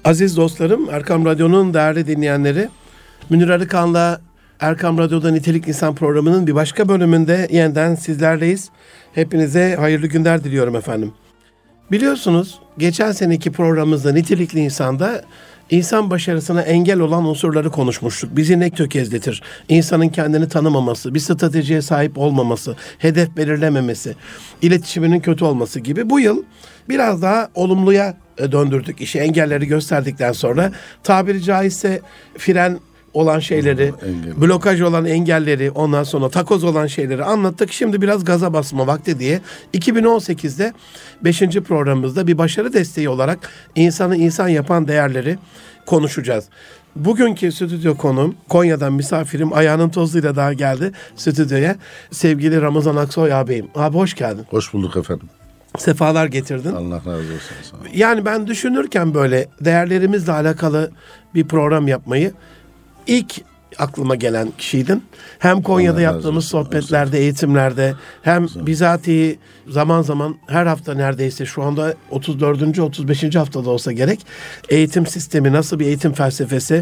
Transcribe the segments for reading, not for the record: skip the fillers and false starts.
Aziz dostlarım, Erkam Radyo'nun değerli dinleyenleri, Münir Arıkan'la Erkam Radyo'da Nitelikli İnsan programının bir başka bölümünde yeniden sizlerleyiz. Hepinize hayırlı günler diliyorum efendim. Biliyorsunuz, geçen seneki programımızda Nitelikli İnsan'da insan başarısına engel olan unsurları konuşmuştuk. Bizi ne tökezletir? İnsanın kendini tanımaması, bir stratejiye sahip olmaması, hedef belirlememesi, iletişiminin kötü olması gibi. Bu yıl biraz daha olumluya döndürdük işi, engelleri gösterdikten sonra. Tabiri caizse fren olan şeyleri, blokaj olan engelleri, ondan sonra takoz olan şeyleri anlattık. Şimdi biraz gaza basma vakti diye 2018'de 5. programımızda bir başarı desteği olarak insanı insan yapan değerleri konuşacağız. Bugünkü stüdyo konuğum, Konya'dan misafirim, ayağının tozuyla daha geldi stüdyoya. Sevgili Ramazan Aksoy ağabeyim. Abi hoş geldin. Hoş bulduk efendim. Sefalar getirdin. Allah razı olsun. Yani ben düşünürken böyle değerlerimizle alakalı bir program yapmayı ilk aklıma gelen kişiydin. Hem Konya'da yaptığımız sohbetlerde, eğitimlerde, hem bizatihi zaman zaman her hafta neredeyse şu anda 34. 35. haftada olsa gerek eğitim sistemi, nasıl bir eğitim felsefesi,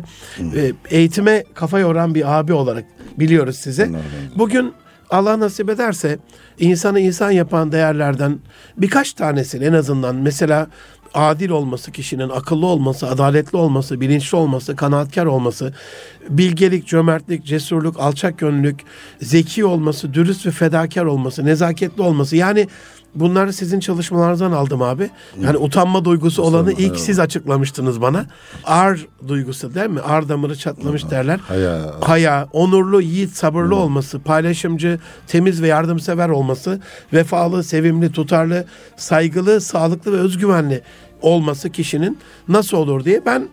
eğitime kafa yoran bir abi olarak biliyoruz sizi. Bugün Allah nasip ederse insanı insan yapan değerlerden birkaç tanesini en azından, mesela adil olması, kişinin akıllı olması, adaletli olması, bilinçli olması, kanaatkar olması, bilgelik, cömertlik, cesurluk, alçak gönüllülük, zeki olması, dürüst ve fedakar olması, nezaketli olması. Yani bunları sizin çalışmalarınızdan aldım abi. Yani utanma duygusu olanı ilk siz açıklamıştınız bana. Ar duygusu değil mi? Ar damarı çatlamış derler. Haya, onurlu, yiğit, sabırlı olması, paylaşımcı, temiz ve yardımsever olması, vefalı, sevimli, tutarlı, saygılı, sağlıklı ve özgüvenli olması kişinin nasıl olur diye ben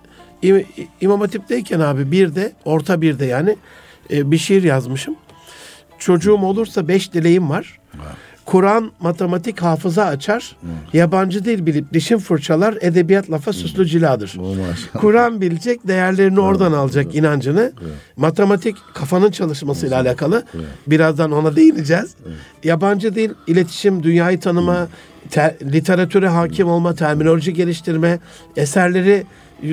İmam Hatip'teyken abi orta birde yani bir şiir yazmışım. Çocuğum olursa 5 dileğim var. Kur'an, matematik, hafıza açar. Yabancı dil bilip dişin fırçalar, edebiyat lafa süslü ciladır. Kur'an bilecek, değerlerini oradan alacak, inancını. Matematik kafanın çalışmasıyla alakalı. Birazdan ona değineceğiz. Yabancı dil, iletişim, dünyayı tanıma, literatüre hakim olma, terminoloji geliştirme, eserleri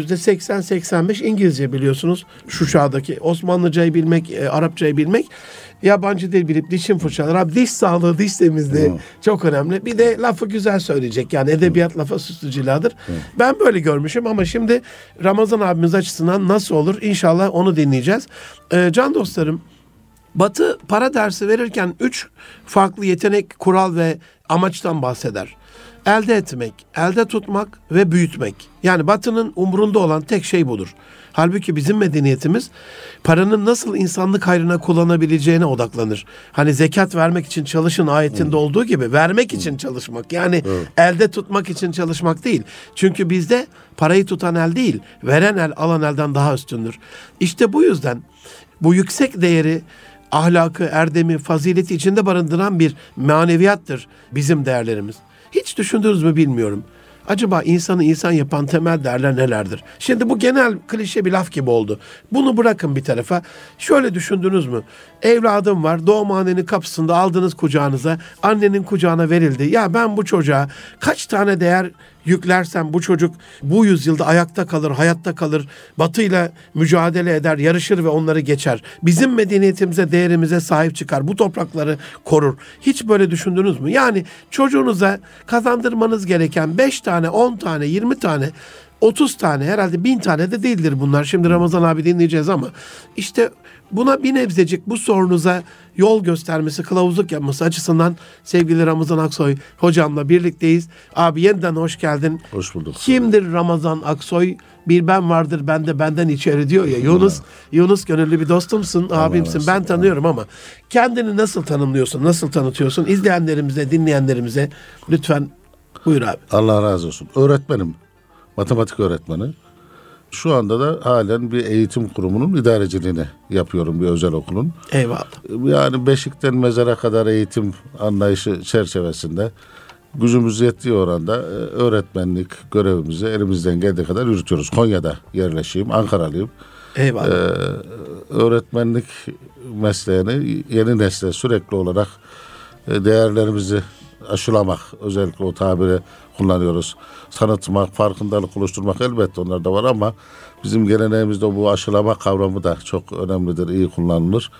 %80-85 İngilizce biliyorsunuz şu çağdaki. Osmanlıcayı bilmek, Arapçayı bilmek, yabancı dil bilip dişin fırçalar. Abi diş sağlığı, diş temizliği çok önemli. Bir de lafı güzel söyleyecek. Yani edebiyat lafa süslü ciladır. Ben böyle görmüşüm ama şimdi Ramazan abimiz açısından nasıl olur? İnşallah onu dinleyeceğiz. Can dostlarım, Batı para dersi verirken 3 farklı yetenek, kural ve amaçtan bahseder. Elde etmek, elde tutmak ve büyütmek. Yani Batı'nın umrunda olan tek şey budur. Halbuki bizim medeniyetimiz paranın nasıl insanlık hayrına kullanabileceğine odaklanır. Hani zekat vermek için çalışın ayetinde olduğu gibi vermek için çalışmak. Yani elde tutmak için çalışmak değil. Çünkü bizde parayı tutan el değil, veren el alan elden daha üstündür. İşte bu yüzden bu yüksek değeri, ahlakı, erdemi, fazileti içinde barındıran bir maneviyattır bizim değerlerimiz. Hiç düşündünüz mü bilmiyorum. Acaba insanı insan yapan temel değerler nelerdir? Şimdi bu genel klişe bir laf gibi oldu. Bunu bırakın bir tarafa. Şöyle düşündünüz mü? Evladım var, doğumhanenin kapısında aldınız kucağınıza, annenin kucağına verildi. Ya ben bu çocuğa kaç tane değer yüklersem bu çocuk bu yüzyılda ayakta kalır, hayatta kalır, Batı'yla mücadele eder, yarışır ve onları geçer. Bizim medeniyetimize, değerimize sahip çıkar, bu toprakları korur. Hiç böyle düşündünüz mü? Yani çocuğunuza kazandırmanız gereken 5 tane, 10 tane, 20 tane, 30 tane, herhalde 1000 tane de değildir bunlar. Şimdi Ramazan abi dinleyeceğiz ama işte buna bir nebzecik bu sorunuza yol göstermesi, kılavuzluk yapması açısından sevgili Ramazan Aksoy hocamla birlikteyiz. Abi yeniden hoş geldin. Hoş bulduk. Kimdir Ramazan Aksoy? Bir ben vardır, ben de benden içeri diyor ya. Yunus gönüllü bir dostumsun, abimsin. Ben tanıyorum ama kendini nasıl tanımlıyorsun, nasıl tanıtıyorsun? İzleyenlerimize, dinleyenlerimize lütfen buyur abi. Allah razı olsun. Öğretmenim, matematik öğretmeni. Şu anda da halen bir eğitim kurumunun idareciliğini yapıyorum, bir özel okulun. Eyvallah. Yani beşikten mezara kadar eğitim anlayışı çerçevesinde gücümüz yettiği oranda öğretmenlik görevimizi elimizden geldiği kadar yürütüyoruz. Konya'da yerleşiyim, Ankaralıyım. Eyvallah. Öğretmenlik mesleğini yeni nesle sürekli olarak değerlerimizi aşılamak, özellikle o tabiri kullanıyoruz. Tanıtmak, farkındalık oluşturmak elbette onlar da var ama bizim geleneğimizde bu aşılama kavramı da çok önemlidir, iyi kullanılır.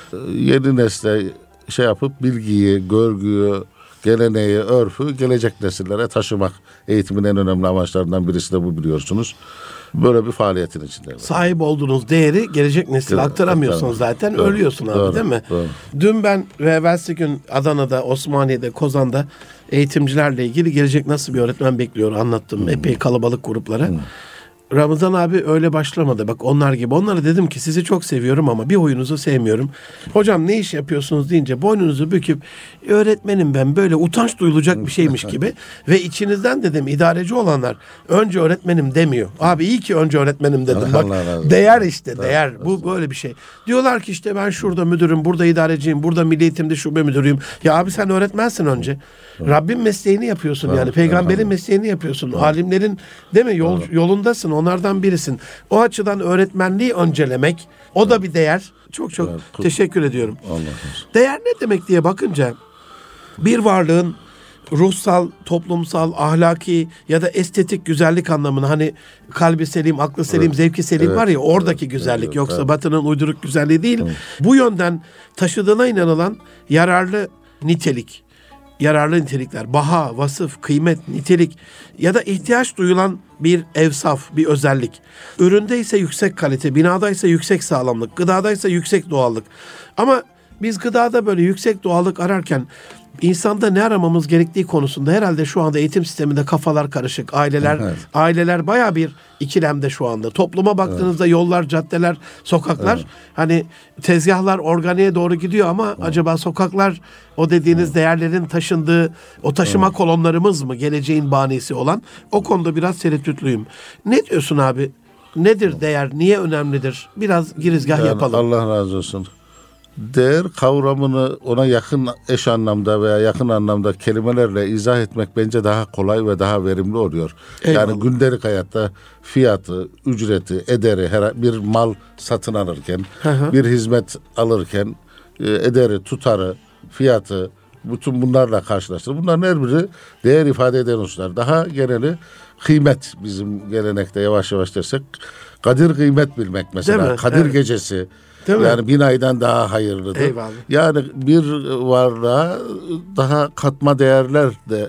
Yeni nesle yapıp bilgiyi, görgüyü, geleneği, örfü gelecek nesillere taşımak eğitimin en önemli amaçlarından birisi de bu, biliyorsunuz. Böyle bir faaliyetin içinde. Sahip olduğunuz değeri gelecek nesile aktaramıyorsunuz zaten. Doğru. Ölüyorsun abi, doğru, değil mi? Doğru. Dün ben ve evvelsi gün Adana'da, Osmaniye'de, Kozan'da eğitimcilerle ilgili gelecek nasıl bir öğretmen bekliyor anlattım. Epey kalabalık gruplara. Ramazan abi öyle başlamadı. Bak onlar gibi. Onlara dedim ki sizi çok seviyorum ama bir huyunuzu sevmiyorum. Hocam ne iş yapıyorsunuz deyince boynunuzu büküp öğretmenim ben, böyle utanç duyulacak bir şeymiş gibi. Ve içinizden dedim idareci olanlar önce öğretmenim demiyor. Abi iyi ki önce öğretmenim dedim. Bak değer işte, değer. Bu böyle bir şey. Diyorlar ki işte ben şurada müdürüm, burada idareciyim, burada milli eğitimde şube müdürüyüm. Ya abi sen öğretmensin önce. Rabbin mesleğini yapıyorsun yani. Peygamberin mesleğini yapıyorsun. Alimlerin değil mi yolundasın. Onlardan birisin. O açıdan öğretmenliği öncelemek, o da bir değer. Çok teşekkür ediyorum. Değer ne demek diye bakınca bir varlığın ruhsal, toplumsal, ahlaki ya da estetik güzellik anlamını, hani kalbi selim, aklı selim, zevki selim var ya, oradaki güzellik, yoksa Batı'nın uyduruk güzelliği değil. Bu yönden taşıdığına inanılan yararlı nitelik, yararlı nitelikler, baha, vasıf, kıymet, nitelik ya da ihtiyaç duyulan bir evsaf, bir özellik. Üründe ise yüksek kalite, binada ise yüksek sağlamlık, gıdada ise yüksek doğallık. Ama biz gıdada böyle yüksek doğallık ararken insanda ne aramamız gerektiği konusunda herhalde şu anda eğitim sisteminde kafalar karışık. Aileler bayağı bir ikilemde şu anda. Topluma baktığınızda yollar, caddeler, sokaklar, hani tezgahlar organiğe doğru gidiyor ama acaba sokaklar o dediğiniz değerlerin taşındığı, o taşıma kolonlarımız mı geleceğin banisi olan? O konuda biraz tereddütlüyüm. Ne diyorsun abi? Nedir değer? Niye önemlidir? Biraz girizgah yapalım. Allah razı olsun. Değer kavramını ona yakın eş anlamda veya yakın anlamda kelimelerle izah etmek bence daha kolay ve daha verimli oluyor. Eyvallah. Yani gündelik hayatta fiyatı, ücreti, ederi, bir mal satın alırken, bir hizmet alırken ederi, tutarı, fiyatı, bütün bunlarla karşılaştırır. Bunların her biri değer ifade eden unsurlar. Daha geneli kıymet, bizim gelenekte yavaş yavaş dersek kadir kıymet bilmek mesela. Kadir gecesi. Yani 1000 aydan daha hayırlıdır. Eyvallah. Yani bir varlığa daha katma değerler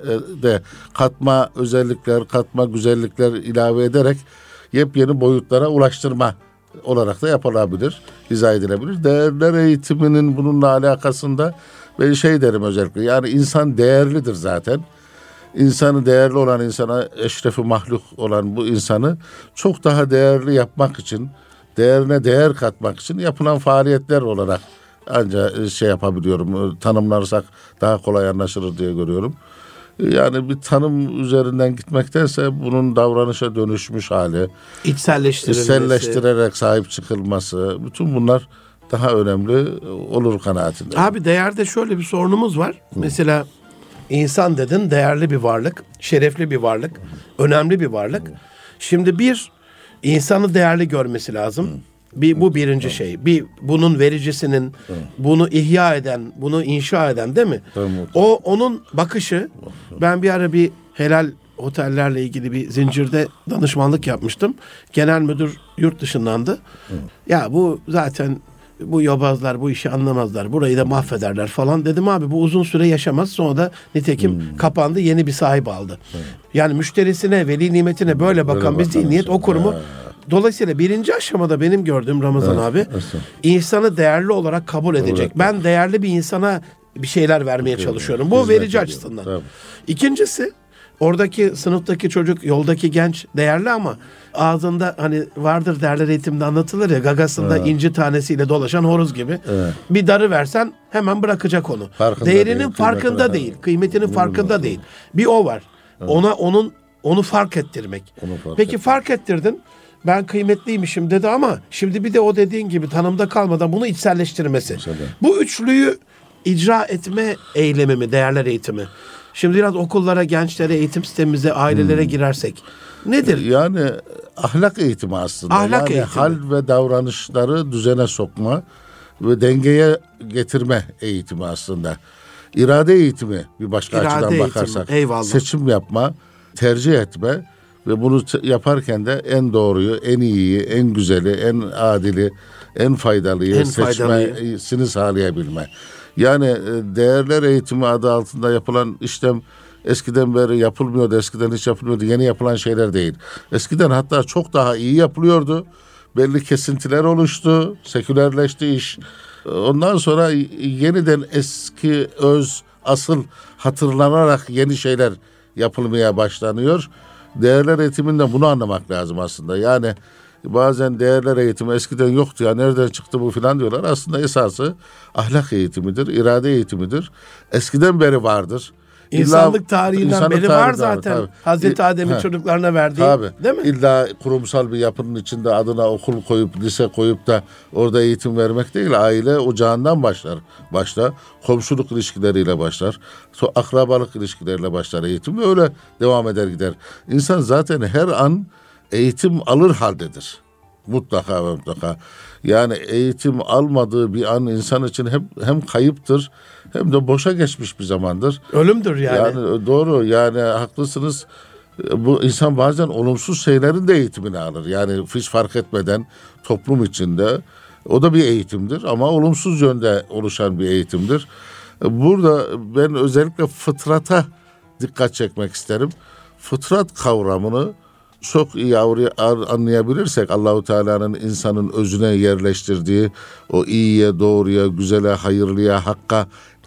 de katma özellikler, katma güzellikler ilave ederek yepyeni boyutlara ulaştırma olarak da yapılabilir, izah edilebilir. Değerler eğitiminin bununla alakasında ben derim özellikle. Yani insan değerlidir zaten. İnsanı değerli olan insana, eşrefi mahluk olan bu insanı çok daha değerli yapmak için, değerine değer katmak için yapılan faaliyetler olarak ancak yapabiliyorum. Tanımlarsak daha kolay anlaşılır diye görüyorum. Yani bir tanım üzerinden gitmektense bunun davranışa dönüşmüş hali, içselleştirerek sahip çıkılması, bütün bunlar daha önemli olur kanaatinde. Abi değerde şöyle bir sorunumuz var. Mesela insan dedin, değerli bir varlık, şerefli bir varlık, önemli bir varlık. Şimdi bir insanı değerli görmesi lazım. Bu birinci şey. Bunun vericisinin, bunu ihya eden, bunu inşa eden değil mi? O onun bakışı. Ben bir ara bir helal otellerle ilgili bir zincirde danışmanlık yapmıştım. Genel müdür yurt dışındandı. Ya bu zaten bu yobazlar bu işi anlamazlar. Burayı da mahvederler falan. Dedim abi bu uzun süre yaşamaz. Sonra da nitekim kapandı. Yeni bir sahip aldı. Yani müşterisine, veli nimetine böyle bakan bir zihniyet o kurumu. Dolayısıyla birinci aşamada benim gördüğüm Ramazan abi insanı değerli olarak kabul edecek. Ben değerli bir insana bir şeyler vermeye çalışıyorum. Bu verici açısından. Tabii. İkincisi oradaki sınıftaki çocuk, yoldaki genç değerli ama ağzında hani vardır derler eğitimde anlatılır ya, gagasında inci tanesiyle dolaşan horoz gibi. Bir darı versen hemen bırakacak onu. Değerinin değil, farkında değil, kıymetinin farkında değil. Bir o var. Onu fark ettirmek. Peki fark ettirdin. Ben kıymetliymişim dedi ama şimdi bir de o dediğin gibi tanımda kalmadan bunu içselleştirmesi. Bu üçlüyü icra etme eylemi mi, değerler eğitimi? Şimdi biraz okullara, gençlere, eğitim sistemimize, ailelere girersek nedir? Yani ahlak eğitimi aslında. Ahlak eğitimi. Hal ve davranışları düzene sokma ve dengeye getirme eğitimi aslında. irade eğitimi bir başka İrade açıdan eğitimi, bakarsak. eyvallah. Seçim yapma, tercih etme ve bunu yaparken de en doğruyu, en iyiyi, en güzeli, en adili, en faydalıyı seçmesini sağlayabilme. Yani değerler eğitimi adı altında yapılan işlem eskiden beri yapılmıyordu, eskiden hiç yapılmıyordu. Yeni yapılan şeyler değil. Eskiden hatta çok daha iyi yapılıyordu. Belli kesintiler oluştu, sekülerleşti iş. Ondan sonra yeniden eski asıl hatırlanarak yeni şeyler yapılmaya başlanıyor. Değerler eğitiminde bunu anlamak lazım aslında. Yani bazen değerler eğitimi eskiden yoktu ya nereden çıktı bu filan diyorlar. Aslında esası ahlak eğitimidir, irade eğitimidir. Eskiden beri vardır. İnsanlık tarihinden beri var zaten. Tabii. Hazreti Adem'in çocuklarına verdiği. Tabii. Değil mi? İlla kurumsal bir yapının içinde adına okul koyup, lise koyup da orada eğitim vermek değil. Aile ocağından başlar. Komşuluk ilişkileriyle başlar. Akrabalık ilişkileriyle başlar eğitim ve öyle devam eder gider. İnsan zaten her an eğitim alır haldedir. Mutlaka ve mutlaka. Yani eğitim almadığı bir an insan için hem kayıptır hem de boşa geçmiş bir zamandır. Ölümdür yani. Yani doğru, yani haklısınız. Bu insan bazen olumsuz şeylerin de eğitimini alır. Yani hiç fark etmeden toplum içinde o da bir eğitimdir ama olumsuz yönde oluşan bir eğitimdir. Burada ben özellikle fıtrata dikkat çekmek isterim. Fıtrat kavramını çok iyi anlayabilirsek Allahu Teala'nın insanın özüne yerleştirdiği o iyiye, doğruya, güzele, hayırlıya, hakka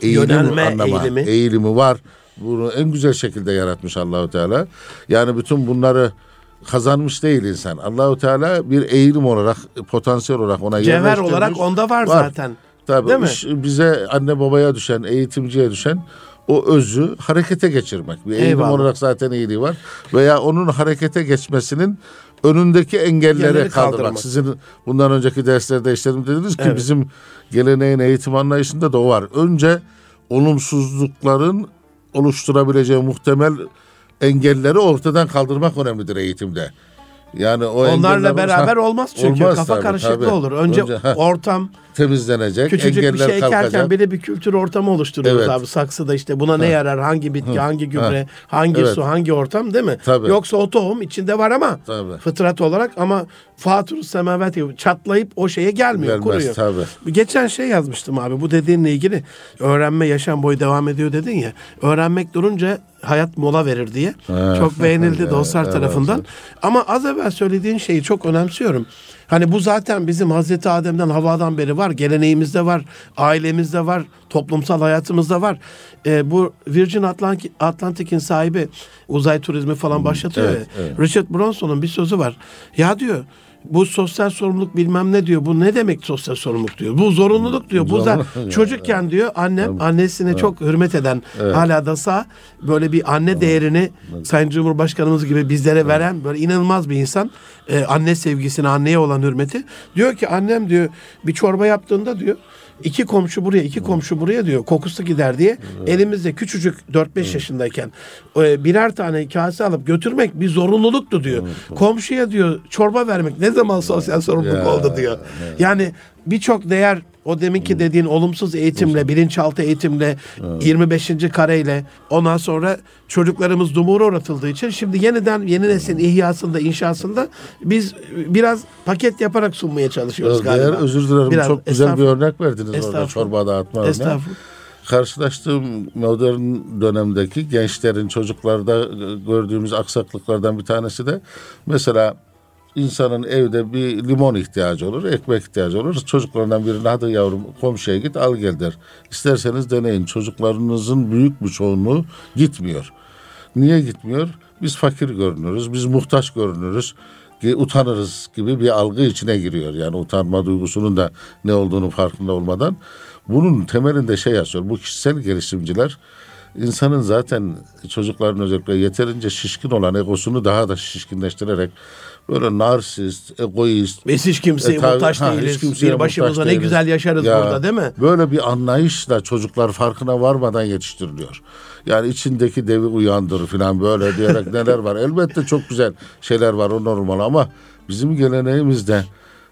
eğilimi var. Bunu en güzel şekilde yaratmış Allahu Teala. Yani bütün bunları kazanmış değil insan. Allahu Teala bir eğilim olarak, potansiyel olarak ona yerleştirmiş. Cevher olarak onda var zaten. Tabii. Değil mi? Bize anne babaya düşen, eğitimciye düşen o özü harekete geçirmek. Bir eğilim olarak zaten iyiliği var. Veya onun harekete geçmesinin önündeki engelleri kaldırmak. Sizin bundan önceki derslerde işledim dediniz ki bizim geleneğin eğitim anlayışında da o var. Önce olumsuzlukların oluşturabileceği muhtemel engelleri ortadan kaldırmak önemlidir eğitimde. Yani onlarla beraber olmaz çünkü kafa karışıklığı olur. Önce ortam temizlenecek. Küçücük bir şey ekerken bile bir kültür ortamı oluşturuyoruz abi. Saksıda işte buna ne yarar, hangi bitki, hangi gübre, hangi su, hangi ortam değil mi? Tabii. Yoksa o tohum içinde var ama fıtrat olarak ama Fatır-ı Semavet gibi çatlayıp o şeye gelmiyor, kuruyor. Tabii. Geçen şey yazmıştım abi bu dediğinle ilgili. Öğrenme yaşam boyu devam ediyor dedin ya. Öğrenmek durunca hayat mola verir diye. Çok beğenildi dostlar tarafından. Ama az evvel söylediğin şeyi çok önemsiyorum. Hani bu zaten bizim Hazreti Adem'den Havva'dan beri var. Geleneğimizde var, ailemizde var, toplumsal hayatımızda var. Bu Virgin Atlantic'in sahibi uzay turizmi falan başlatıyor ya. Richard Branson'un bir sözü var. Ya diyor bu sosyal sorumluluk bilmem ne diyor. Bu ne demek sosyal sorumluluk diyor. Bu zorunluluk diyor. Bu çocukken diyor annesine çok hürmet eden hala da sağ böyle bir anne değerini Sayın Cumhurbaşkanımız gibi bizlere veren böyle inanılmaz bir insan. Anne sevgisini, anneye olan hürmeti. Diyor ki annem diyor bir çorba yaptığında diyor 2 komşu buraya, 2 komşu buraya diyor. Kokusu gider diye. Elimizde küçücük 4-5 yaşındayken birer tane kase alıp götürmek bir zorunluluktu diyor. Komşuya diyor çorba vermek ne zaman sosyal sorumluluk oldu diyor. Yani birçok değer o deminki dediğin olumsuz eğitimle, bilinçaltı eğitimle, 25. kareyle ondan sonra çocuklarımız dumura uğratıldığı için şimdi yeniden yeni neslin ihyasında, inşasında biz biraz paket yaparak sunmaya çalışıyoruz galiba. Özür dilerim. Çok güzel bir örnek verdiniz orada çorba dağıtma örneği. Estağfurullah. Karşılaştığım modern dönemdeki gençlerin çocuklarda gördüğümüz aksaklıklardan bir tanesi de mesela İnsanın evde bir limon ihtiyacı olur, ekmek ihtiyacı olur. Çocuklarından birine hadi yavrum komşuya git al gel der. İsterseniz deneyin. Çocuklarınızın büyük bir çoğunluğu gitmiyor. Niye gitmiyor? Biz fakir görünürüz, biz muhtaç görünürüz, utanırız gibi bir algı içine giriyor. Yani utanma duygusunun da ne olduğunu farkında olmadan. Bunun temelinde şey yazıyor. Bu kişisel gelişimciler insanın zaten çocukların özellikle yeterince şişkin olan egosunu daha da şişkinleştirerek böyle narsist, egoist. Biz hiç kimseye muhtaç değiliz. Bir başımıza ne güzel yaşarız burada değil mi? Böyle bir anlayışla çocuklar farkına varmadan yetiştiriliyor. Yani içindeki devi uyandır falan böyle diyerek neler var. Elbette çok güzel şeyler var o normal ama bizim geleneğimizde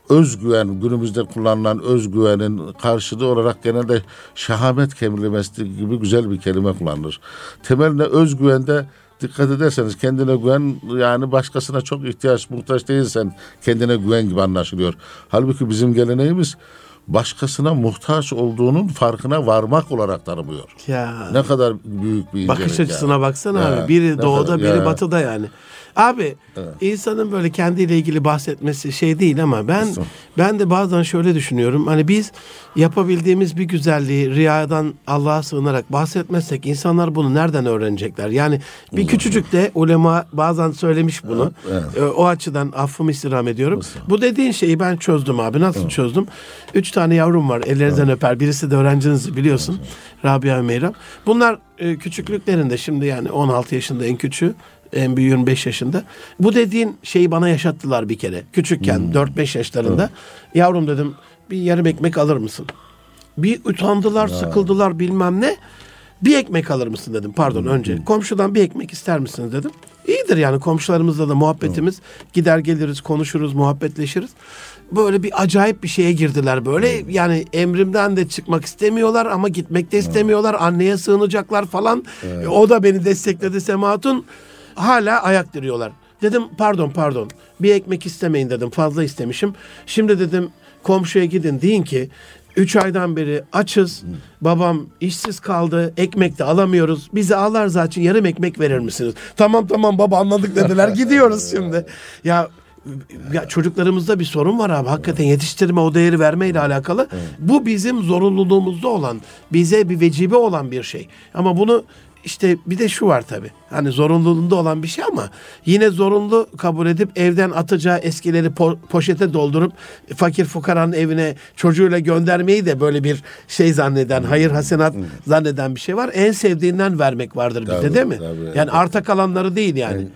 özgüven, günümüzde kullanılan özgüvenin karşılığı olarak genelde şehamet kelimesi gibi güzel bir kelime kullanılır. Temeline özgüvende dikkat ederseniz kendine güven, yani başkasına çok muhtaç değilsen kendine güven gibi anlaşılıyor. Halbuki bizim geleneğimiz başkasına muhtaç olduğunun farkına varmak olarak tanımlıyor. Ya. Ne kadar büyük bir incelik. Bakış açısına yani. baksana Ya, abi. Biri doğuda, kadar, biri ya. batıda yani. Abi insanın böyle kendiyle ilgili bahsetmesi şey değil ama ben de bazen şöyle düşünüyorum. Hani biz yapabildiğimiz bir güzelliği riyadan Allah'a sığınarak bahsetmezsek insanlar bunu nereden öğrenecekler? Yani bir küçücük de ulema bazen söylemiş bunu. O açıdan affımı istirham ediyorum. Bu dediğin şeyi ben çözdüm abi. Nasıl çözdüm? 3 tane yavrum var. Ellerinizden öper. Birisi de öğrenciniz biliyorsun. Rabia Meyram. Bunlar küçüklüklerinde, şimdi yani 16 yaşında en küçüğü. En büyüğün 5 yaşında. Bu dediğin şeyi bana yaşattılar bir kere. Küçükken 4-5 yaşlarında. Yavrum dedim, bir yarım ekmek alır mısın? Bir utandılar, sıkıldılar bilmem ne. Bir ekmek alır mısın dedim, pardon önce. Komşudan bir ekmek ister misiniz dedim. İyidir yani, komşularımızla da muhabbetimiz. Gider geliriz, konuşuruz, muhabbetleşiriz. Böyle bir acayip bir şeye girdiler böyle. Yani emrimden de çıkmak istemiyorlar ama gitmek de istemiyorlar. Anneye sığınacaklar falan. O da beni destekledi Sema Hatun. Hala ayak diriyorlar. Dedim pardon bir ekmek istemeyin dedim, fazla istemişim. Şimdi dedim komşuya gidin deyin ki 3 aydan beri açız. Babam işsiz kaldı, ekmek de alamıyoruz. Bizi ağlar zaten, yarım ekmek verir misiniz? Tamam baba anladık dediler. Gidiyoruz şimdi. Ya çocuklarımızda bir sorun var abi. Hakikaten yetiştirme, o değeri vermeyle alakalı. Bu bizim zorunluluğumuzda olan, bize bir vecibe olan bir şey. Ama bunu İşte bir de şu var tabii. Hani zorunluluğunda olan bir şey ama yine zorunlu kabul edip evden atacağı eskileri poşete doldurup fakir fukaranın evine çocuğuyla göndermeyi de böyle bir şey zanneden, hayır hasenat zanneden bir şey var. En sevdiğinden vermek vardır bizde, tabii, değil mi? Tabii, yani arta kalanları değil yani.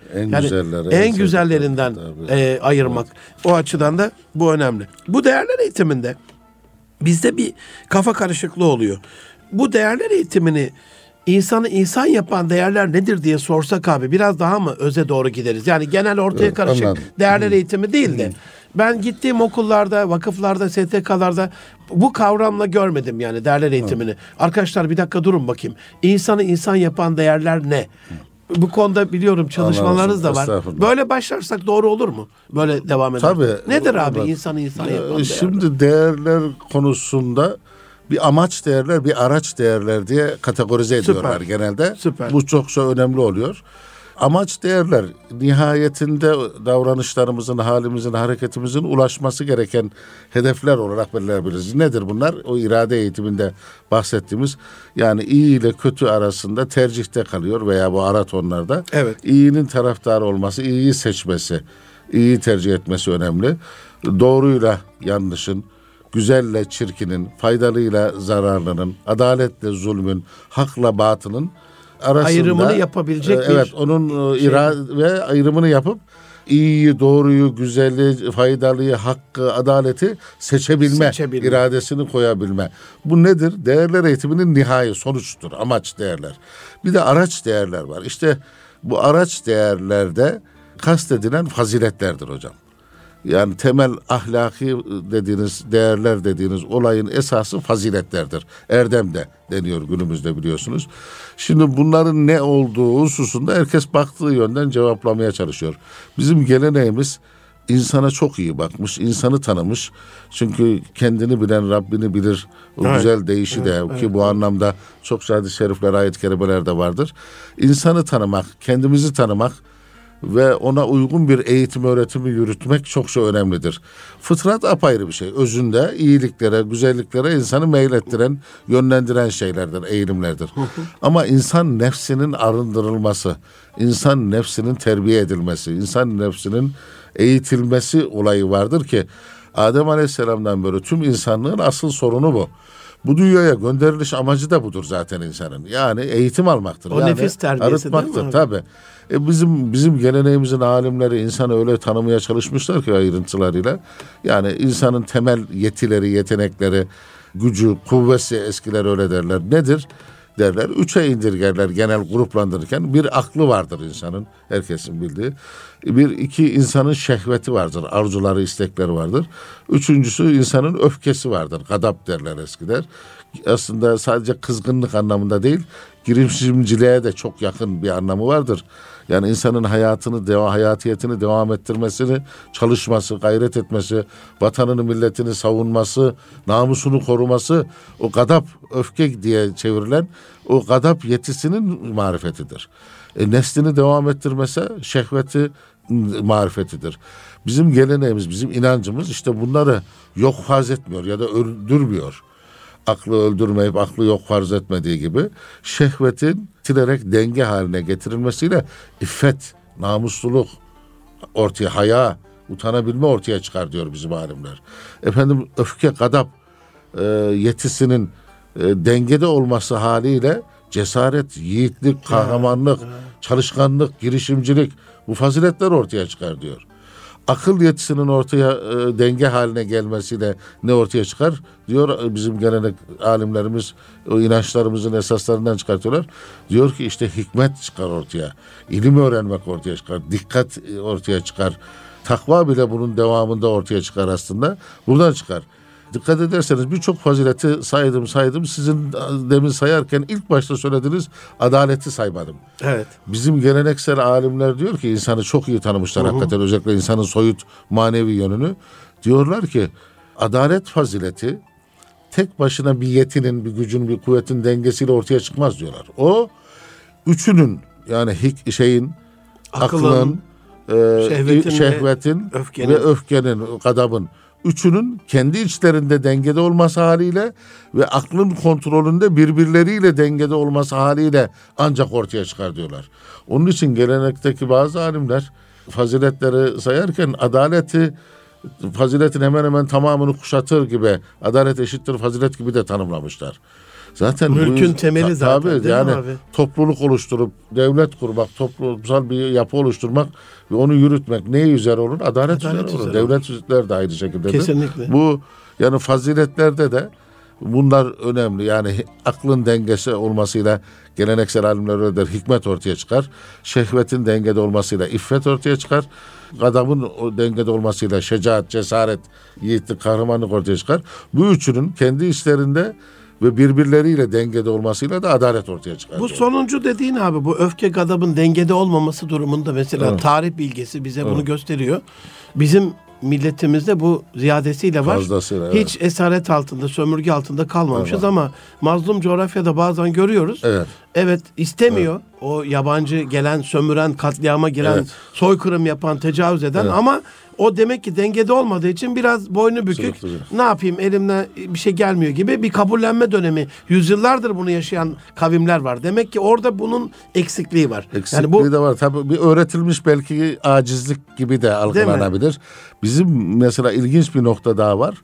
En güzellerinden ayırmak. O açıdan da bu önemli. Bu değerler eğitiminde bizde bir kafa karışıklığı oluyor. Bu değerler eğitimini İnsanı insan yapan değerler nedir diye sorsak abi, biraz daha mı öze doğru gideriz? Yani genel ortaya karışık değerler eğitimi değil de ben gittiğim okullarda, vakıflarda, STK'larda bu kavramla görmedim yani değerler eğitimini. Arkadaşlar bir dakika durun bakayım. İnsanı insan yapan değerler ne? Bu konuda biliyorum çalışmalarınız da var. Böyle başlarsak doğru olur mu? Böyle devam eder. Tabii. Nedir abi insanı insan yapan değerler? Şimdi değerler konusunda bir amaç değerler, bir araç değerler diye kategorize ediyorlar genelde. Süper. Bu çok önemli oluyor. Amaç değerler nihayetinde davranışlarımızın, halimizin, hareketimizin ulaşması gereken hedefler olarak belirleyebiliriz. Nedir bunlar? O irade eğitiminde bahsettiğimiz, yani iyi ile kötü arasında tercihte kalıyor veya bu aratonlarda. Evet. İyinin taraftarı olması, iyiyi seçmesi, iyiyi tercih etmesi önemli. Doğruyla yanlışın, güzelle çirkinin, faydalıyla zararlının, adaletle zulmün, hakla batının arasında ayrımını yapabilecek evet, onun ve ayrımını yapıp iyiyi, doğruyu, güzeli, faydalıyı, hakkı, adaleti seçebilme, iradesini koyabilme. Bu nedir? Değerler eğitiminin nihai sonuçtur, amaç değerler. Bir de araç değerler var. İşte bu araç değerlerde kastedilen faziletlerdir hocam. Yani temel ahlaki dediğiniz, değerler dediğiniz olayın esası faziletlerdir. Erdem de deniyor günümüzde, biliyorsunuz. Şimdi bunların ne olduğu hususunda herkes baktığı yönden cevaplamaya çalışıyor. Bizim geleneğimiz insana çok iyi bakmış, insanı tanımış. Çünkü kendini bilen Rabbini bilir. O güzel deyişi de ki bu anlamda çok hadis-i şerifler, ayet-i kerimeler de vardır. İnsanı tanımak, kendimizi tanımak ve ona uygun bir eğitim öğretimi yürütmek çok önemlidir. Fıtrat apayrı bir şey. Özünde iyiliklere, güzelliklere insanı meylettiren, yönlendiren şeylerdir, eğilimlerdir. Ama insan nefsinin arındırılması, insan nefsinin terbiye edilmesi, insan nefsinin eğitilmesi olayı vardır ki Adem Aleyhisselam'dan beri tüm insanlığın asıl sorunu bu. Bu dünyaya gönderiliş amacı da budur zaten insanın. Yani eğitim almaktır. O yani nefis terbiyesi değil mi? Tabii. Bizim geleneğimizin alimleri insanı öyle tanımaya çalışmışlar ki ayrıntılarıyla. Yani insanın temel yetileri, yetenekleri, gücü, kuvvesi, eskiler öyle derler. Nedir? derler. 3'e indirgerler genel gruplandırırken. Bir aklı vardır insanın, herkesin bildiği. İki insanın şehveti vardır, arzuları, istekleri vardır. Üçüncüsü insanın öfkesi vardır. Gadap derler eskiler. Aslında sadece kızgınlık anlamında değil, girişimciliğe de çok yakın bir anlamı vardır. Yani insanın hayatiyetini devam ettirmesini, çalışması, gayret etmesi, vatanını, milletini savunması, namusunu koruması, o gadap, öfke diye çevrilen o gadap yetisinin marifetidir. Neslini devam ettirmese şehveti marifetidir. Bizim geleneğimiz, bizim inancımız işte bunları yok farz etmiyor ya da öldürmüyor. Aklı öldürmeyip aklı yok farz etmediği gibi şehvetin tilerek denge haline getirilmesiyle iffet, namusluluk ortaya, haya, utanabilme ortaya çıkar diyor bizim alimler. Efendim öfke, gadap yetisinin dengede olması haliyle cesaret, yiğitlik, kahramanlık, çalışkanlık, girişimcilik bu faziletler ortaya çıkar diyor. Akıl yetisinin ortaya denge haline gelmesiyle ne ortaya çıkar? Diyor bizim gelenek alimlerimiz o inançlarımızın esaslarından çıkartıyorlar. Diyor ki işte hikmet çıkar ortaya. İlim öğrenmek ortaya çıkar. Dikkat ortaya çıkar. Takva bile bunun devamında ortaya çıkar aslında. Buradan çıkar. Dikkat ederseniz birçok fazileti saydım. Sizin demin sayarken ilk başta söylediğiniz adaleti saymadım. Evet. Bizim geleneksel alimler diyor ki insanı çok iyi tanımışlar hakikaten, özellikle insanın soyut manevi yönünü. Diyorlar ki adalet fazileti tek başına bir yetinin, bir gücün, bir kuvvetin dengesiyle ortaya çıkmaz diyorlar. O üçünün yani aklın, şehvetin ve öfkenin, gadabın üçünün kendi içlerinde dengede olması haliyle ve aklın kontrolünde birbirleriyle dengede olması haliyle ancak ortaya çıkar diyorlar. Onun için gelenekteki bazı alimler faziletleri sayarken faziletin hemen hemen tamamını kuşatır gibi, adalet eşittir fazilet gibi de tanımlamışlar. Zaten mülkün temeli zaten tabii, değil yani mi abi? Topluluk oluşturup devlet kurmak, toplumsal bir yapı oluşturmak ve onu yürütmek neye üzere olur? Adalet üzere olur. Devletler de aynı şekilde. Kesinlikle. Bu yani faziletlerde de bunlar önemli. Yani aklın dengesi olmasıyla geleneksel alimler öyle der, hikmet ortaya çıkar. Şehvetin dengede olmasıyla iffet ortaya çıkar. Adamın o dengede olmasıyla şecaat, cesaret, yiğitlik, kahramanlık ortaya çıkar. Bu üçünün kendi işlerinde ve birbirleriyle dengede olmasıyla da adalet ortaya çıkar. Bu sonuncu dediğin abi, bu öfke, gadabın dengede olmaması durumunda mesela tarih bilgisi bize bunu gösteriyor. Bizim milletimizde bu ziyadesiyle var. Fazlasıyla, hiç esaret altında, sömürge altında kalmamışız ama mazlum coğrafyada bazen görüyoruz. Evet, istemiyor. O yabancı gelen, sömüren, katliama giren, soykırım yapan, tecavüz eden ama o demek ki dengede olmadığı için biraz boynu bükük. Ne yapayım, elimden bir şey gelmiyor gibi bir kabullenme dönemi. Yüzyıllardır bunu yaşayan kavimler var. Demek ki orada bunun eksikliği var. Eksikliği de var. Tabii bir öğretilmiş belki acizlik gibi de algılanabilir. Bizim mesela ilginç bir nokta daha var.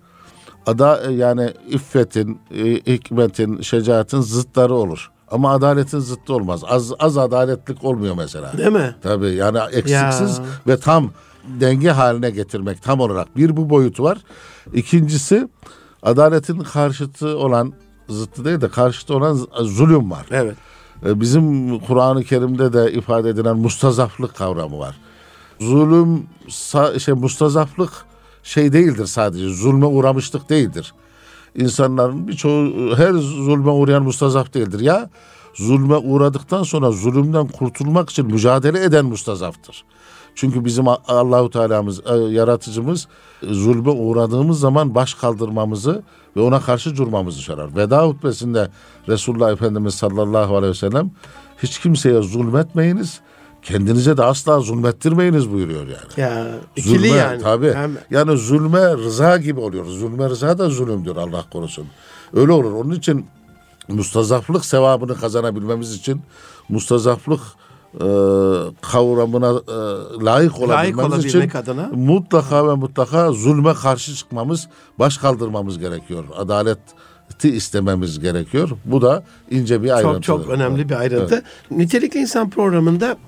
Yani iffetin, hikmetin, şecaatin zıtları olur. Ama adaletin zıttı olmaz. Az adaletlik olmuyor mesela. Değil mi? Tabii yani eksiksiz ve tam denge haline getirmek tam olarak. Bir bu boyutu var. İkincisi adaletin karşıtı olan, zıttı değil de karşıtı olan zulüm var. Evet. Bizim Kur'an-ı Kerim'de de ifade edilen mustazaflık kavramı var. Zulüm, mustazaflık değildir sadece. Zulme uğramışlık değildir. İnsanların birçoğu her zulme uğrayan mustazaf değildir. Ya zulme uğradıktan sonra zulümden kurtulmak için mücadele eden mustazaftır. Çünkü bizim Allahu Teala'mız, yaratıcımız zulme uğradığımız zaman baş kaldırmamızı ve ona karşı durmamızı çağırır. Veda hutbesinde Resulullah Efendimiz sallallahu aleyhi ve sellem hiç kimseye zulmetmeyiniz, kendinize de asla zulmettirmeyiniz buyuruyor yani. Ya ikili yani. Tabii. Yani zulme rıza gibi oluyor. Zulme rıza da zulümdür, Allah korusun. Öyle olur. Onun için mustazaflık sevabını kazanabilmemiz için mustazaflık kavramına layık olabilmemiz için adına mutlaka ve mutlaka zulme karşı çıkmamız, baş kaldırmamız gerekiyor. Adaleti istememiz gerekiyor. Bu da ince bir ayrıntı. Çok önemli bir ayrıntı. Nitelikli İnsan programında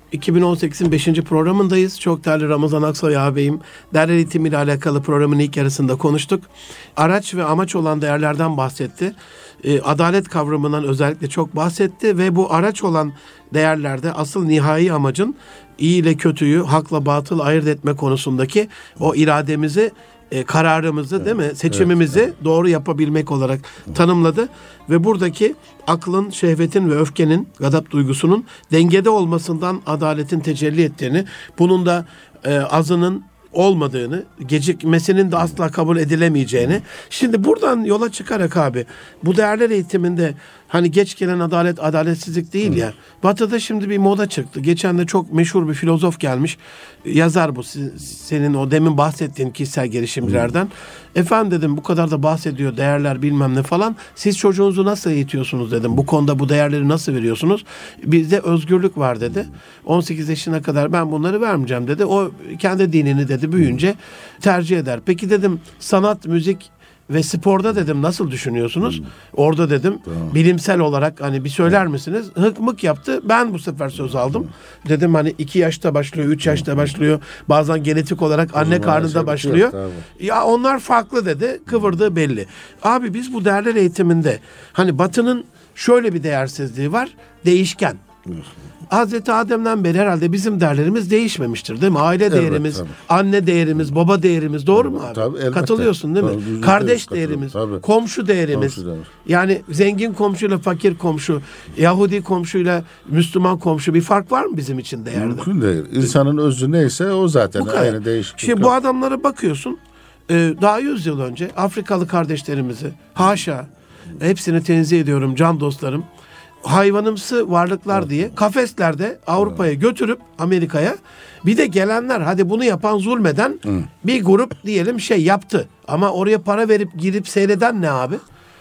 2018'in 5. programındayız. Çok değerli Ramazan Aksoy ağabeyim. Değerler eğitimiyle alakalı programın ilk yarısında konuştuk. Araç ve amaç olan değerlerden bahsetti. Adalet kavramından özellikle çok bahsetti ve bu araç olan değerlerde asıl nihai amacın iyi ile kötüyü, hakla batılı ayırt etme konusundaki o irademizi, kararımızı, değil mi? Seçimimizi doğru yapabilmek olarak tanımladı ve buradaki aklın, şehvetin ve öfkenin, gadap duygusunun dengede olmasından adaletin tecelli ettiğini, bunun da azının olmadığını, gecikmesinin de asla kabul edilemeyeceğini. Şimdi buradan yola çıkarak abi, bu değerler eğitiminde hani geç gelen adalet adaletsizlik değil ya. Batı'da şimdi bir moda çıktı. Geçen de çok meşhur bir filozof gelmiş. Yazar bu, senin o demin bahsettiğin kişisel gelişimcilerden. Efendim dedim, bu kadar da bahsediyor değerler bilmem ne falan. Siz çocuğunuzu nasıl eğitiyorsunuz dedim. Bu konuda bu değerleri nasıl veriyorsunuz? Bizde özgürlük var dedi. 18 yaşına kadar ben bunları vermeyeceğim dedi. O kendi dinini dedi büyüyünce tercih eder. Peki dedim, sanat, müzik ve sporda dedim nasıl düşünüyorsunuz? Orada dedim bilimsel olarak hani bir söyler misiniz? Hık mık yaptı. Ben bu sefer söz aldım. Dedim hani 2 yaşta başlıyor, 3 yaşta başlıyor. Bazen genetik olarak anne karnında başlıyor. Ya onlar farklı dedi. Kıvırdığı belli. Abi biz bu değerler eğitiminde hani Batı'nın şöyle bir değersizliği var. Değişken. Hazreti Adem'den beri herhalde bizim değerlerimiz değişmemiştir değil mi? Aile değerimiz, anne değerimiz, baba değerimiz, doğru mu abi? Tabii, katılıyorsun değil mi? Kardeş değerimiz, komşu değerimiz. Yani zengin komşuyla fakir komşu, Yahudi komşuyla Müslüman komşu, bir fark var mı bizim için değerde? Mümkün değil. İnsanın özü neyse o zaten. Aynı değişiklik. Şimdi bu adamlara bakıyorsun, daha 100 yıl önce Afrikalı kardeşlerimizi, haşa, hepsini tenzih ediyorum can dostlarım, hayvanımsı varlıklar diye kafeslerde Avrupa'ya götürüp Amerika'ya, bir de gelenler, hadi bunu yapan, zulmeden bir grup diyelim şey yaptı. Ama oraya para verip girip seyreden ne abi?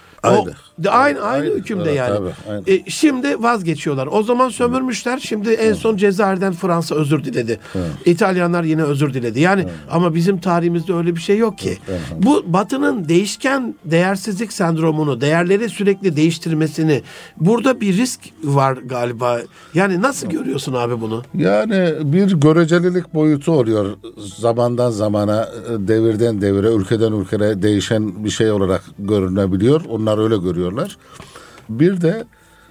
Aynı hükümde yani. Tabii, şimdi vazgeçiyorlar. O zaman sömürmüşler. Şimdi en son Cezayir'den Fransa özür diledi. İtalyanlar yine özür diledi. Yani ama bizim tarihimizde öyle bir şey yok ki. Bu Batı'nın değişken değersizlik sendromunu, değerleri sürekli değiştirmesini, burada bir risk var galiba. Yani nasıl görüyorsun abi bunu? Yani bir görecelilik boyutu oluyor. Zamandan zamana, devirden devire, ülkeden ülkeye değişen bir şey olarak görünebiliyor. Onlar öyle görüyorlar. Bir de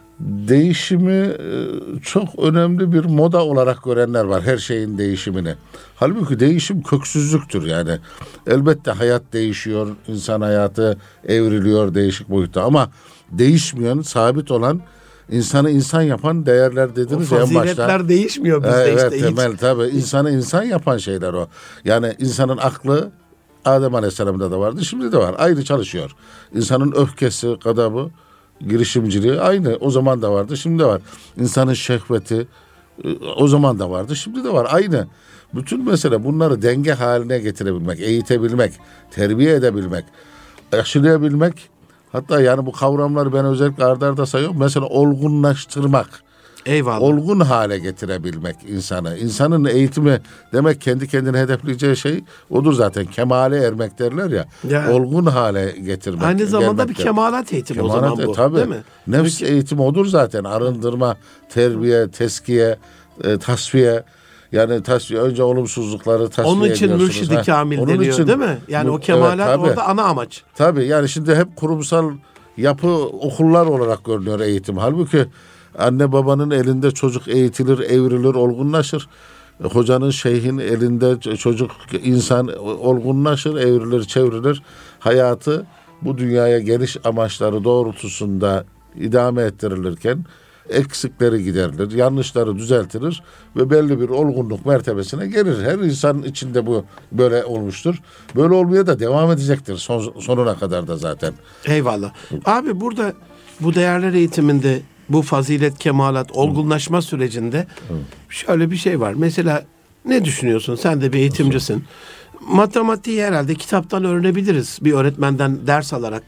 değişimi çok önemli bir moda olarak görenler var, her şeyin değişimini. Halbuki değişim köksüzlüktür yani. Elbette hayat değişiyor, insan hayatı evriliyor değişik boyutta, ama değişmeyen, sabit olan, insanı insan yapan değerler dediniz ya en başta. Faziletler değişmiyor bizde evet, işte. Temel tabii. İnsanı insan yapan şeyler o. Yani insanın aklı Adem Aleyhisselam'da da vardı, şimdi de var. Aynı çalışıyor. İnsanın öfkesi, gadabı, girişimciliği aynı. O zaman da vardı, şimdi de var. İnsanın şehveti o zaman da vardı, şimdi de var. Aynı. Bütün mesele bunları denge haline getirebilmek, eğitebilmek, terbiye edebilmek, aşılayabilmek. Hatta yani bu kavramları ben özellikle arda arda sayıyorum. Mesela olgunlaştırmak. Eyvallah. Olgun hale getirebilmek insanı. İnsanın eğitimi demek kendi kendine hedefleyeceği şey odur zaten. Kemale ermek derler ya. Olgun hale getirmek. Aynı zamanda bir kemalat eğitimi o zaman bu. Tabii. Değil mi? Nefs eğitimi odur zaten. Arındırma, terbiye, teskiye, tasfiye. Yani önce olumsuzlukları tasfiye onun için ediyorsunuz. mürşid-i kamil deniyor değil mi? Yani o kemalat orada ana amaç. Tabii yani şimdi hep kurumsal yapı, okullar olarak görünüyor eğitim. Halbuki anne babanın elinde çocuk eğitilir, evrilir, olgunlaşır. Hocanın, şeyhin elinde çocuk, insan olgunlaşır, evrilir, çevrilir. Hayatı bu dünyaya geliş amaçları doğrultusunda idame ettirilirken eksikleri giderilir, yanlışları düzeltilir ve belli bir olgunluk mertebesine gelir. Her insanın içinde bu böyle olmuştur. Böyle olmaya da devam edecektir sonuna kadar da zaten. Eyvallah. Abi burada bu değerler eğitiminde, bu fazilet, kemalat, olgunlaşma sürecinde şöyle bir şey var. Mesela ne düşünüyorsun? Sen de bir eğitimcisin. Matematiği herhalde kitaptan öğrenebiliriz. Bir öğretmenden ders alarak.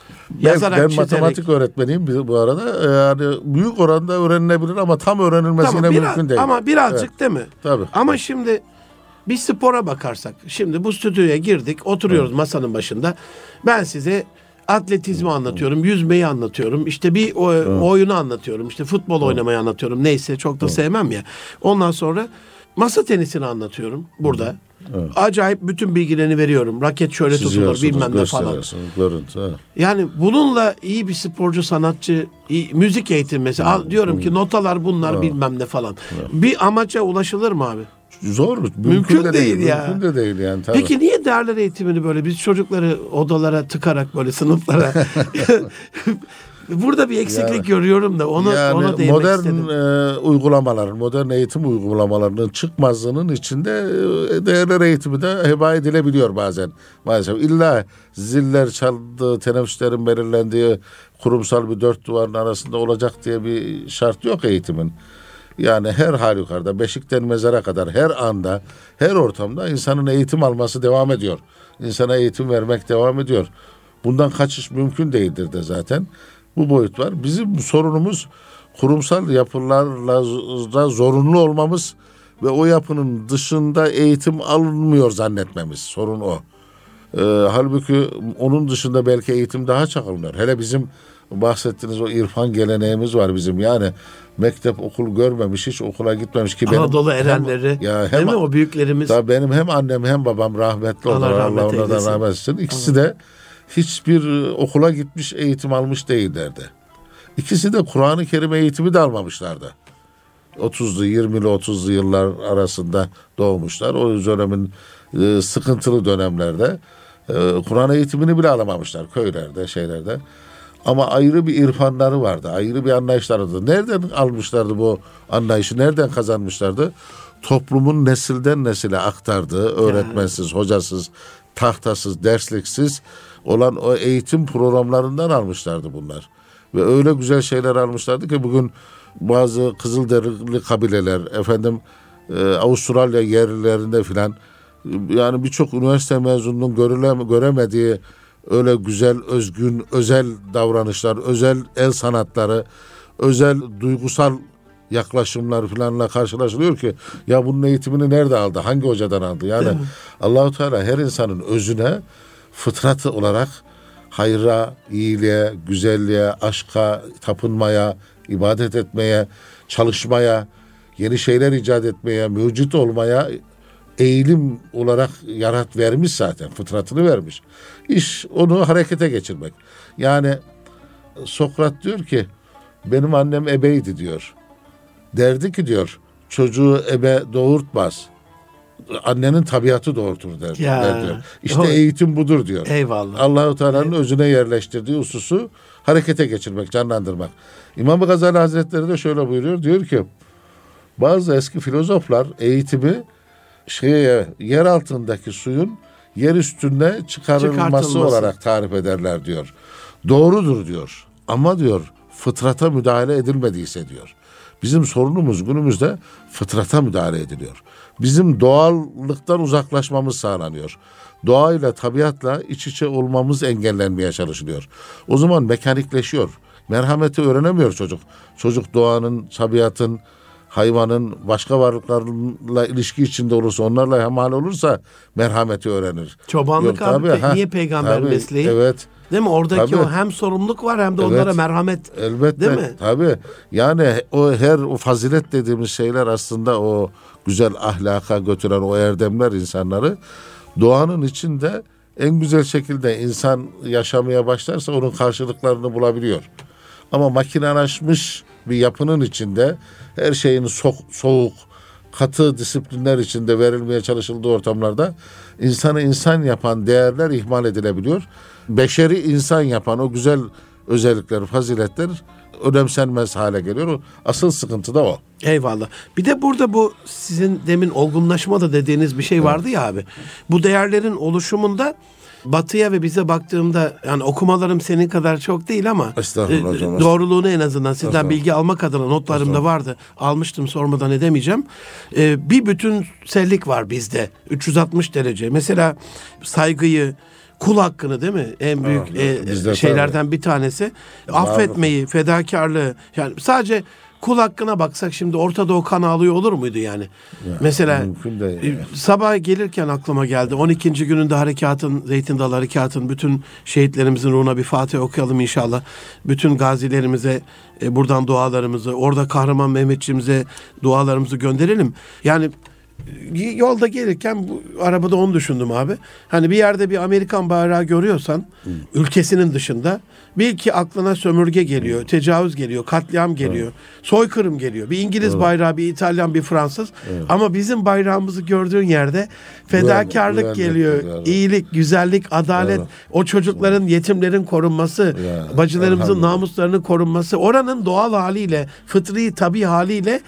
Ben matematik öğretmeniyim bu arada. Yani büyük oranda öğrenilebilir ama tam öğrenilmesi yine mümkün değil. Ama birazcık değil mi? Tabii. Ama şimdi bir spora bakarsak. Şimdi bu stüdyoya girdik. Oturuyoruz masanın başında. Ben size atletizmi anlatıyorum, yüzmeyi anlatıyorum, işte bir oyunu anlatıyorum, işte futbol oynamayı anlatıyorum. Neyse çok da sevmem ya. Ondan sonra masa tenisini anlatıyorum burada. Evet. Acayip bütün bilgilerini veriyorum. Raket şöyle tutulur bilmem ne falan. Yani bununla iyi bir sporcu, sanatçı, müzik eğitimi mesela. Diyorum ki notalar bunlar bilmem ne falan. Bir amaca ulaşılır mı abi? Zor. Mümkün de değil ya. Mümkün de değil yani. Tabii. Peki niye değerler eğitimini böyle biz çocukları odalara tıkarak böyle sınıflara burada bir eksiklik görüyorum da ona değinmek modern istedim. Modern eğitim uygulamalarının çıkmazlığının içinde değerler eğitimi de heba edilebiliyor bazen. Maalesef illa ziller çaldığı, teneffüslerin belirlendiği kurumsal bir dört duvarın arasında olacak diye bir şart yok eğitimin. Yani her halükarda beşikten mezara kadar her anda, her ortamda insanın eğitim alması devam ediyor. İnsana eğitim vermek devam ediyor. Bundan kaçış mümkün değildir de zaten. Bu boyut var. Bizim sorunumuz kurumsal yapılarla zorunlu olmamız ve o yapının dışında eğitim alınmıyor zannetmemiz. Sorun o. Halbuki onun dışında belki eğitim daha çok alınıyor. Hele bizim bahsettiğiniz o irfan geleneğimiz var bizim. Yani mektep, okul görmemiş, hiç okula gitmemiş ki benim Anadolu erenleri. Değil mi o büyüklerimiz? Benim hem annem hem babam rahmetli oldular. Allah onlardan rahmet etsin. İkisi de hiçbir okula gitmiş, eğitim almış değillerdi. İkisi de Kur'an-ı Kerim eğitimi de almamışlardı. 20'li 30'lu yıllar arasında doğmuşlar. O dönemin sıkıntılı dönemlerde Kur'an eğitimini bile alamamışlar köylerde, şeylerde. Ama ayrı bir irfanları vardı, ayrı bir anlayışları vardı. Nereden almışlardı bu anlayışı, nereden kazanmışlardı? Toplumun nesilden nesile aktardığı, öğretmensiz, hocasız, tahtasız, dersliksiz olan o eğitim programlarından almışlardı bunlar. Ve öyle güzel şeyler almışlardı ki bugün bazı Kızılderili kabileler, Avustralya yerlilerinde filan, yani birçok üniversite mezununun göremediği öyle güzel, özgün, özel davranışlar, özel el sanatları, özel duygusal yaklaşımlar filanla karşılaşılıyor ki ya bunun eğitimini nerede aldı? Hangi hocadan aldı? Yani Allah-u Teala her insanın özüne fıtratı olarak hayra, iyiliğe, güzelliğe, aşka, tapınmaya, ibadet etmeye, çalışmaya, yeni şeyler icat etmeye, mevcut olmaya eğilim olarak vermiş zaten. Fıtratını vermiş. İş onu harekete geçirmek. Yani Sokrat diyor ki benim annem ebeydi diyor. Derdi ki diyor çocuğu ebe doğurtmaz. Annenin tabiatı doğurtur der diyor. İşte eğitim budur diyor. Eyvallah. Allah-u Teala'nın özüne yerleştirdiği hususu harekete geçirmek, canlandırmak. İmam Gazali Hazretleri de şöyle buyuruyor. Diyor ki bazı eski filozoflar eğitimi yer altındaki suyun yer üstüne çıkarılması olarak tarif ederler diyor. Doğrudur diyor. Ama diyor fıtrata müdahale edilmediyse diyor. Bizim sorunumuz günümüzde fıtrata müdahale ediliyor. Bizim doğallıktan uzaklaşmamız sağlanıyor. Doğayla, tabiatla iç içe olmamız engellenmeye çalışılıyor. O zaman mekanikleşiyor. Merhameti öğrenemiyor çocuk. Çocuk doğanın, tabiatın, hayvanın, başka varlıklarla ilişki içinde olursa, onlarla hemhal olursa merhameti öğrenir. Çobanlık niye peygamber mesleği? Evet. Değil mi? Oradaki o hem sorumluluk var hem de onlara merhamet. Elbette. Değil mi? Tabii. Yani o fazilet dediğimiz şeyler aslında o güzel ahlaka götüren o erdemler insanları doğanın içinde en güzel şekilde insan yaşamaya başlarsa onun karşılıklarını bulabiliyor. Ama makinelaşmış bir yapının içinde her şeyin soğuk, katı disiplinler içinde verilmeye çalışıldığı ortamlarda insanı insan yapan değerler ihmal edilebiliyor. Beşeri insan yapan o güzel özellikler, faziletler önemsenmez hale geliyor. Asıl sıkıntı da o. Eyvallah. Bir de burada bu sizin demin olgunlaşma da dediğiniz bir şey vardı ya abi. Bu değerlerin oluşumunda Batı'ya ve bize baktığımda yani okumalarım senin kadar çok değil ama doğruluğunu en azından sizden bilgi almak adına notlarımda vardı. Almıştım, sormadan edemeyeceğim. Bir bütünsellik var bizde. 360 derece. Mesela saygıyı, kul hakkını değil mi? En büyük şeylerden bir tanesi. Affetmeyi, fedakarlığı. Yani sadece kul hakkına baksak şimdi Orta Doğu kan ağlıyor olur muydu yani? Ya, mesela mümkün değil. sabah gelirken aklıma geldi. 12. gününde harekatın, Zeytin Dalı Harekatı'nın bütün şehitlerimizin ruhuna bir Fatiha okuyalım inşallah. Bütün gazilerimize buradan dualarımızı, orada kahraman Mehmetçiğimize dualarımızı gönderelim. Yani yolda gelirken bu arabada onu düşündüm abi. Hani bir yerde bir Amerikan bayrağı görüyorsan ülkesinin dışında bil ki aklına sömürge geliyor, tecavüz geliyor, katliam geliyor, soykırım geliyor. Bir İngiliz bayrağı, bir İtalyan, bir Fransız. Ama bizim bayrağımızı gördüğün yerde fedakarlık geliyor. İyilik, güzellik, adalet, o çocukların, yetimlerin korunması, bacılarımızın namuslarının korunması, oranın doğal haliyle, fıtri, tabii haliyle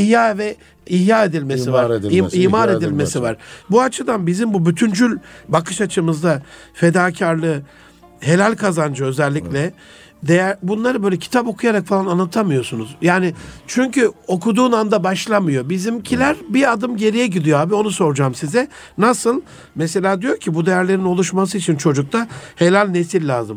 ihya edilmesi imar edilmesi var. Bu açıdan bizim bu bütüncül bakış açımızda fedakarlığı, helal kazancı özellikle bunları böyle kitap okuyarak falan anlatamıyorsunuz. Yani çünkü okuduğun anda başlamıyor. Bizimkiler bir adım geriye gidiyor abi. Onu soracağım size. Nasıl? Mesela diyor ki bu değerlerin oluşması için çocukta helal nesil lazım.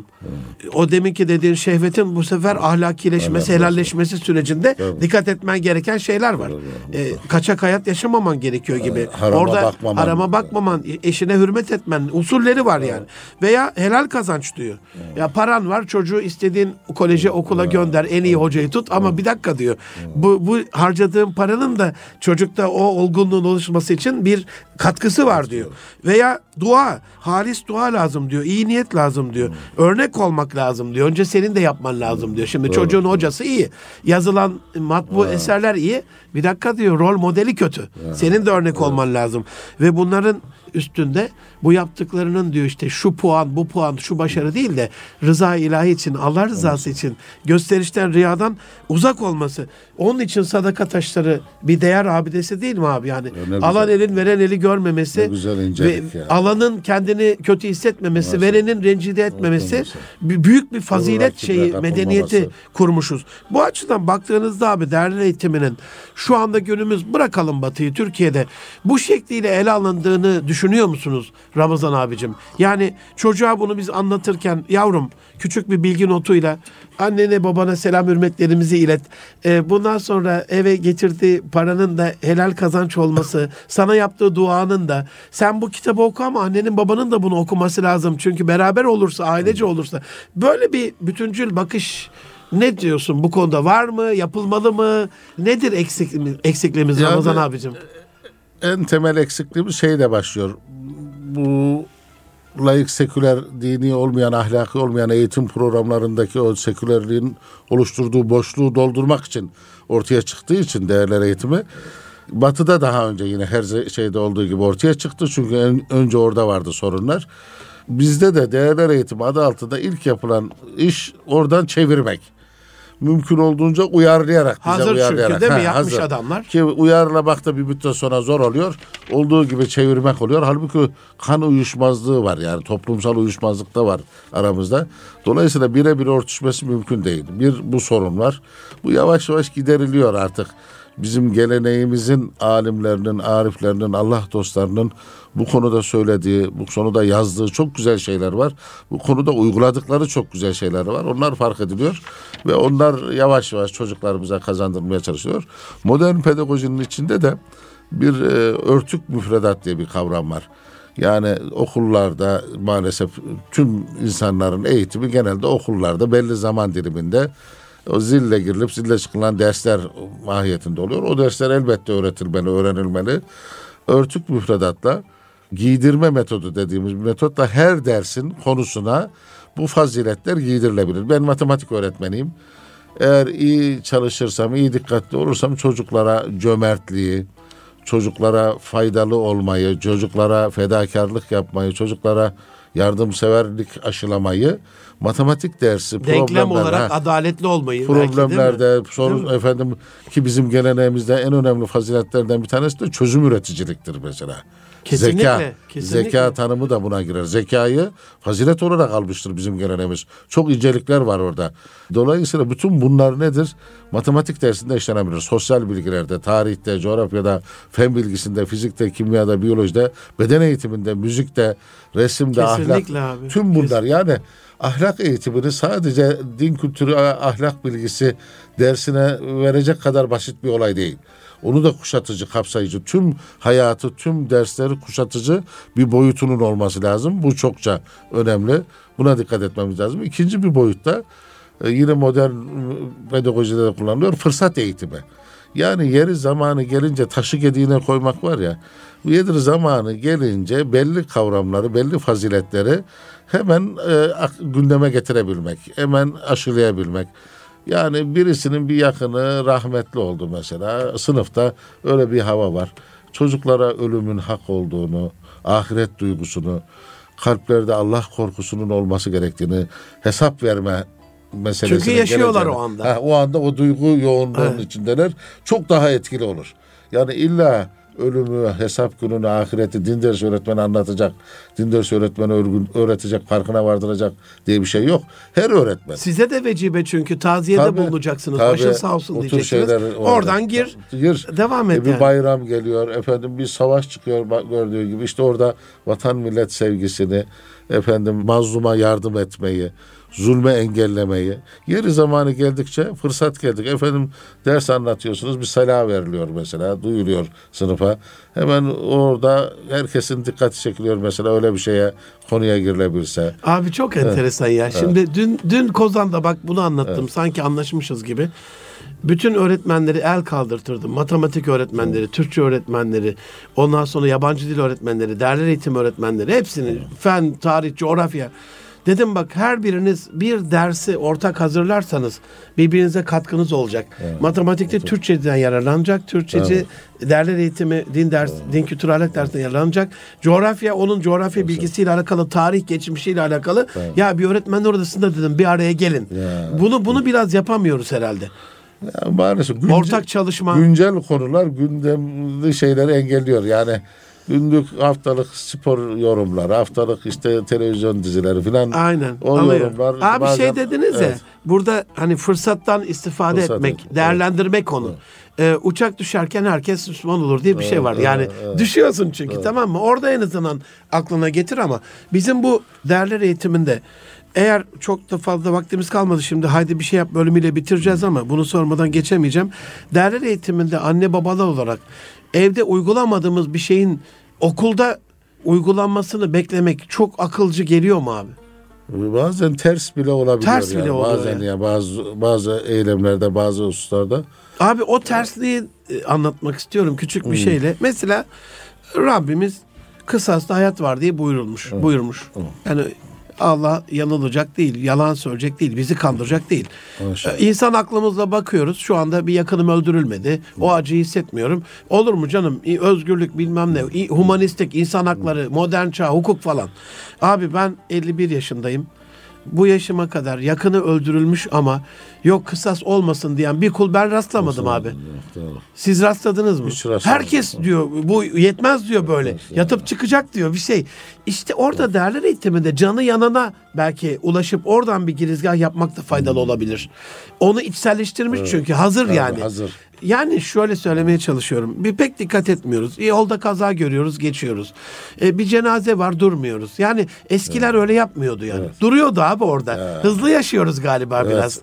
O deminki dediğin şehvetin bu sefer ahlakileşmesi, helalleşmesi sürecinde dikkat etmen gereken şeyler var. Kaçak hayat yaşamaman gerekiyor gibi. Harama bakmaman, eşine hürmet etmen, usulleri var yani. Veya helal kazanç diyor. Ya paran var, çocuğu istediğin koleje, okula gönder, en iyi hocayı tut ama bir dakika diyor. Bu harcadığın paranın da çocukta o olgunluğun oluşması için bir katkısı var diyor. Veya dua, halis dua lazım diyor. İyi niyet lazım diyor. Örnek olmak lazım diyor. Önce senin de yapman lazım diyor. Şimdi çocuğun hocası iyi. Yazılan matbu eserler iyi. Bir dakika diyor, rol modeli kötü. Senin de örnek olman lazım. Ve bunların üstünde bu yaptıklarının diyor işte şu puan, bu puan, şu başarı değil de rıza ilahi için, Allah rızası için, gösterişten, riyadan uzak olması. Onun için sadaka taşları bir değer abidesi değil mi abi? Yani alan elin veren eli görmemesi ve alanın kendini kötü hissetmemesi, verenin rencide etmemesi büyük bir fazilet medeniyeti kurmuşuz. Bu açıdan baktığınızda abi değerli eğitiminin şu anda günümüz, bırakalım Batı'yı, Türkiye'de bu şekliyle ele alındığını düşünüyor musunuz Ramazan abicim? Yani çocuğa bunu biz anlatırken yavrum küçük bir bilgi notuyla annene babana selam hürmetlerimizi ilet. Bundan sonra eve getirdiği paranın da helal kazanç olması, sana yaptığı duanın da sen bu kitabı oku ama annenin babanın da bunu okuması lazım. Çünkü beraber olursa, ailece olursa böyle bir bütüncül bakış ne diyorsun bu konuda? Var mı? Yapılmalı mı? Nedir eksikliğimiz yani, Ramazan abicim? En temel eksikliğimiz şeyle başlıyor. Bu laik, seküler, dini olmayan, ahlaki olmayan eğitim programlarındaki o sekülerliğin oluşturduğu boşluğu doldurmak için ortaya çıktığı için değerler eğitimi Batı'da daha önce yine her şeyde olduğu gibi ortaya çıktı. Çünkü önce orada vardı sorunlar. Bizde de değerler eğitimi adı altında ilk yapılan iş oradan çevirmek. Mümkün olduğunca uyarlayarak. Hazır çünkü değil mi? Yapmış adamlar. Ki uyarlamak da bir müddet sonra zor oluyor. Olduğu gibi çevirmek oluyor. Halbuki kan uyuşmazlığı var. Yani toplumsal uyuşmazlık da var aramızda. Dolayısıyla birebir örtüşmesi mümkün değil. Bu sorun var. Bu yavaş yavaş gideriliyor artık. Bizim geleneğimizin alimlerinin, ariflerinin, Allah dostlarının bu konuda söylediği, bu konuda yazdığı çok güzel şeyler var. Bu konuda uyguladıkları çok güzel şeyler var. Onlar fark ediliyor ve onlar yavaş yavaş çocuklarımıza kazandırmaya çalışıyor. Modern pedagojinin içinde de bir örtük müfredat diye bir kavram var. Yani okullarda maalesef tüm insanların eğitimi genelde okullarda belli zaman diliminde o zille girilip zille çıkılan dersler mahiyetinde oluyor. O dersler elbette öğretilmeli, öğrenilmeli. Örtük müfredatla giydirme metodu dediğimiz metotla her dersin konusuna bu faziletler giydirilebilir. Ben matematik öğretmeniyim. Eğer iyi çalışırsam, iyi dikkatli olursam çocuklara cömertliği, çocuklara faydalı olmayı, çocuklara fedakarlık yapmayı, çocuklara yardımseverlik aşılamayı, matematik dersi denklem olarak adaletli olmayı problemlerde sorun efendim ki bizim geleneğimizde en önemli faziletlerden bir tanesi de çözüm üreticiliktir mesela. Kesinlikle. Zeka tanımı da buna girer. Zekayı fazilet olarak almıştır bizim geleneğimiz. Çok incelikler var orada. Dolayısıyla bütün bunlar nedir? Matematik dersinde işlenebilir. Sosyal bilgilerde, tarihte, coğrafyada, fen bilgisinde, fizikte, kimyada, biyolojide, beden eğitiminde, müzikte, resimde, Kesinlikle ahlak. abi. Tüm bunlar yani ahlak eğitimini sadece din kültürü, ahlak bilgisi dersine verecek kadar basit bir olay değil. Onu da kuşatıcı, kapsayıcı, tüm hayatı, tüm dersleri kuşatıcı bir boyutunun olması lazım. Bu çokça önemli. Buna dikkat etmemiz lazım. İkinci bir boyutta yine modern pedagojide de kullanılıyor. Fırsat eğitimi. Yani yeri zamanı gelince taşı gediğine koymak var ya. Yeri zamanı gelince belli kavramları, belli faziletleri hemen gündeme getirebilmek. Hemen aşılayabilmek. Yani birisinin bir yakını rahmetli oldu mesela. Sınıfta öyle bir hava var. Çocuklara ölümün hak olduğunu, ahiret duygusunu, kalplerde Allah korkusunun olması gerektiğini, hesap verme meselesine Çünkü yaşıyorlar o anda. O anda o duygu yoğunluğunun içindeler. Çok daha etkili olur. Yani illa ölümü, hesap gününü, ahireti din dersi öğretmeni anlatacak, din dersi öğretmeni öğretecek, farkına vardıracak diye bir şey yok. Her öğretmen. Size de vecibe çünkü taziyede bulunacaksınız. Başın sağ olsun diyeceksiniz. Oradan gir. Devam et. Bir bayram geliyor, efendim bir savaş çıkıyor gördüğü gibi. İşte orada vatan millet sevgisini, mazluma yardım etmeyi, zulme engellemeyi, yeri zamanı geldikçe fırsat geldik. Ders anlatıyorsunuz, bir sala veriliyor mesela, duyuluyor sınıfa. Hemen orada herkesin dikkati çekiliyor mesela, öyle bir konuya girilebilse. Abi çok enteresan ya. Şimdi dün Kozan'da bak bunu anlattım. Sanki anlaşmışız gibi. Bütün öğretmenleri el kaldırtırdım. Matematik öğretmenleri, Türkçe öğretmenleri, ondan sonra yabancı dil öğretmenleri, değerler eğitim öğretmenleri, hepsini, fen, tarih, coğrafya. Dedim bak, her biriniz bir dersi ortak hazırlarsanız birbirinize katkınız olacak. Evet. Matematikte Türkçeden yararlanacak. Türkçeci değerler eğitimi, din kültürü ahlak dersine yararlanacak. Coğrafya, onun coğrafya bilgisiyle alakalı, tarih geçmişiyle alakalı. Evet. Ya bir öğretmen odasında dedim, bir araya gelin. Bunu biraz yapamıyoruz herhalde. Ya maalesef ortak çalışma. Güncel konular gündemli şeyleri engelliyor. Yani günlük, haftalık spor yorumları, haftalık işte televizyon dizileri falan. Aynen. O alıyor. yorumlar. Abi bazen, dediniz ya, burada hani fırsattan istifade etmek, değerlendirmek onu. Uçak düşerken herkes Müslüman olur diye bir şey var. Yani düşüyorsun çünkü, tamam mı? Orada en azından aklına getir. Ama bizim bu değerler eğitiminde, eğer çok da fazla vaktimiz kalmadı şimdi, haydi bir şey yap bölümüyle bitireceğiz ama bunu sormadan geçemeyeceğim. Değerler eğitiminde anne babalar olarak evde uygulamadığımız bir şeyin okulda uygulanmasını beklemek çok akılcı geliyor mu abi? Bazen ters bile olabiliyor. Ters bile oluyor. Bazen ya bazı eylemlerde, bazı hususlarda. Abi o tersliği anlatmak istiyorum küçük bir şeyle. Mesela Rabbimiz kısasta hayat var diye buyurmuş. Yani Allah yanılacak değil, yalan söyleyecek değil, bizi kandıracak değil. İnsan aklımızla bakıyoruz. Şu anda bir yakınım öldürülmedi. O acıyı hissetmiyorum. Olur mu canım? Özgürlük bilmem ne, humanistik, insan hakları, modern çağ, hukuk falan. Abi ben 51 yaşındayım. Bu yaşıma kadar yakını öldürülmüş ama yok kısas olmasın diyen bir kul ben rastlamadım abi. Siz rastladınız mı? Herkes diyor bu yetmez diyor böyle. Yatıp çıkacak diyor bir şey. İşte orada değerler eğitiminde canı yanana belki ulaşıp oradan bir girizgah yapmak da faydalı olabilir. Onu içselleştirmiş çünkü hazır yani. Hazır. Yani şöyle söylemeye çalışıyorum. Pek dikkat etmiyoruz. Yolda kaza görüyoruz, geçiyoruz. Bir cenaze var, durmuyoruz. Yani eskiler öyle yapmıyordu yani. Evet. Duruyordu abi orada. Hızlı yaşıyoruz galiba biraz.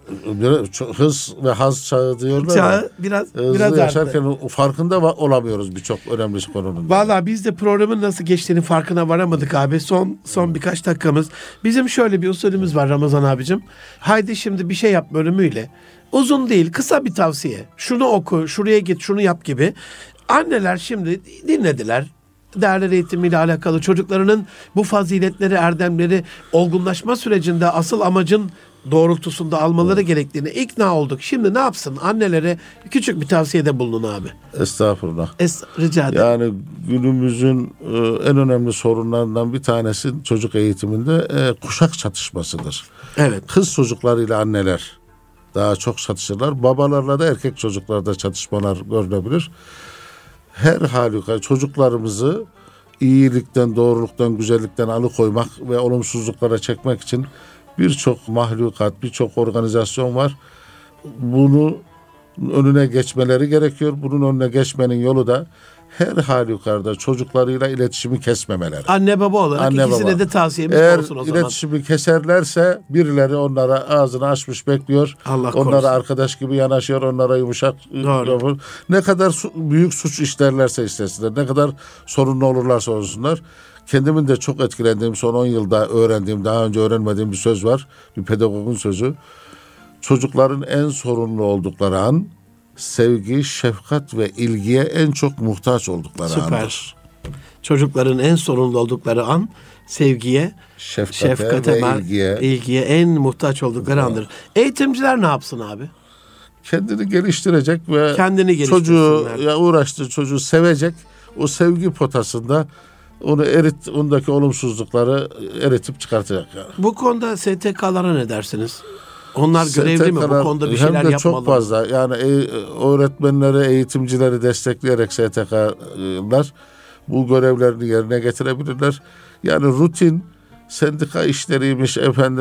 Hız ve haz çağı diyorlar. Çağı biraz yaşarken farkında olamıyoruz birçok önemli konunun. Vallahi biz de programın nasıl geçtiğini farkına varamadık abi. Son birkaç dakikamız. Bizim şöyle bir usulümüz var Ramazan abicim. Haydi şimdi bir şey yap bölümüyle. Uzun değil, kısa bir tavsiye. Şunu oku, şuraya git, şunu yap gibi. Anneler şimdi dinlediler. Değerler eğitimiyle alakalı çocuklarının bu faziletleri, erdemleri olgunlaşma sürecinde asıl amacın doğrultusunda almaları gerektiğine ikna olduk. Şimdi ne yapsın? Annelere küçük bir tavsiyede bulunun abi. Estağfurullah. Rica ederim. Yani günümüzün en önemli sorunlarından bir tanesi çocuk eğitiminde kuşak çatışmasıdır. Evet. Kız çocuklarıyla anneler daha çok çatışırlar. Babalarla da erkek çocuklarda çatışmalar görülebilir. Her halükarda çocuklarımızı iyilikten, doğruluktan, güzellikten alıkoymak ve olumsuzluklara çekmek için birçok mahlukat, birçok organizasyon var. Bunu önüne geçmeleri gerekiyor. Bunun önüne geçmenin yolu da her halükarda çocuklarıyla iletişimi kesmemeleri. Anne baba olarak ikisine de tavsiyemiz olsun o zaman. Eğer iletişimi keserlerse birileri onlara ağzını açmış bekliyor. Onlara arkadaş gibi yanaşıyor, onlara yumuşak. Doğru. Ne kadar büyük suç işlerlerse istesinler, ne kadar sorunlu olurlarsa olsunlar. Kendimin de çok etkilendiğim, son 10 yılda öğrendiğim, daha önce öğrenmediğim bir söz var. Bir pedagogun sözü. Çocukların en sorunlu oldukları an, sevgi, şefkat ve ilgiye en çok muhtaç oldukları andır. Çocukların en sorumlu oldukları an sevgiye, şefkate ve ilgiye en muhtaç oldukları andır. Eğitimciler ne yapsın abi? Kendini geliştirecek ve çocuğu uğraştığı çocuğu sevecek. O sevgi potasında ondaki olumsuzlukları eritip çıkartacak. Yani. Bu konuda STK'lara ne dersiniz? Onlar görevli mi? Bu konuda bir şeyler yapmalı. Hem de çok fazla. Yani öğretmenleri, eğitimcileri destekleyerek STK'lar bu görevlerini yerine getirebilirler. Yani rutin sendika işleriymiş,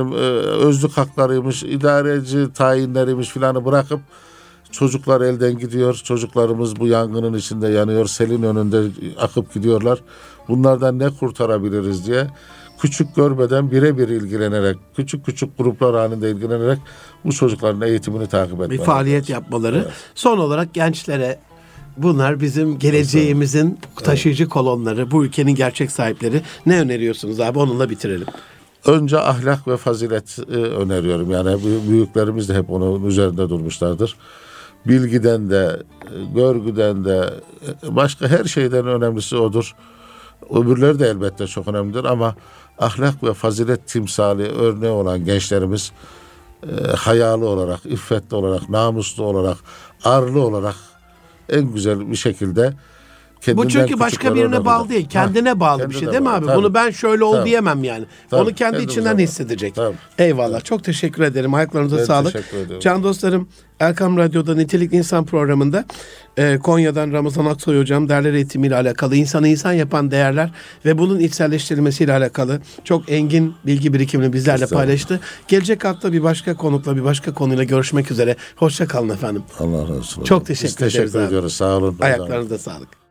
özlük haklarıymış, idareci tayinleriymiş filanı bırakıp çocuklar elden gidiyor. Çocuklarımız bu yangının içinde yanıyor. Selin önünde akıp gidiyorlar. Bunlardan ne kurtarabiliriz diye küçük görmeden birebir ilgilenerek, küçük küçük gruplar halinde ilgilenerek bu çocukların eğitimini takip etmeleri. Bir faaliyet yapmaları. Evet. Son olarak gençlere, bunlar bizim geleceğimizin taşıyıcı kolonları, bu ülkenin gerçek sahipleri. Ne öneriyorsunuz abi? Onunla bitirelim. Önce ahlak ve fazilet öneriyorum. Yani büyüklerimiz de hep onun üzerinde durmuşlardır. Bilgiden de, görgüden de, başka her şeyden önemlisi odur. Öbürleri de elbette çok önemlidir ama ahlak ve fazilet timsali örneği olan gençlerimiz hayalı olarak, iffetli olarak, namuslu olarak, arlı olarak en güzel bir şekilde bu çünkü başka birine bağlı değil. Kendine bağlı bir şey değil mi abi? Tabii. Bunu ben şöyle ol diyemem yani. Tabii. Onu kendi içinden hissedecek. Tabii. Eyvallah. Çok teşekkür ederim. Ayaklarınıza sağlık. Can dostlarım, Erkam Radyo'da Nitelikli İnsan programında Konya'dan Ramazan Aksoy hocam değerler eğitimiyle alakalı, insanı insan yapan değerler ve bunun içselleştirilmesiyle alakalı çok engin bilgi birikimini bizlerle paylaştı. Gelecek hafta bir başka konukla, bir başka konuyla görüşmek üzere. Hoşça kalın efendim. Allah razı olsun. Çok teşekkür ederiz. Teşekkür ediyoruz. Sağ olun. Ayaklarınıza sağlık.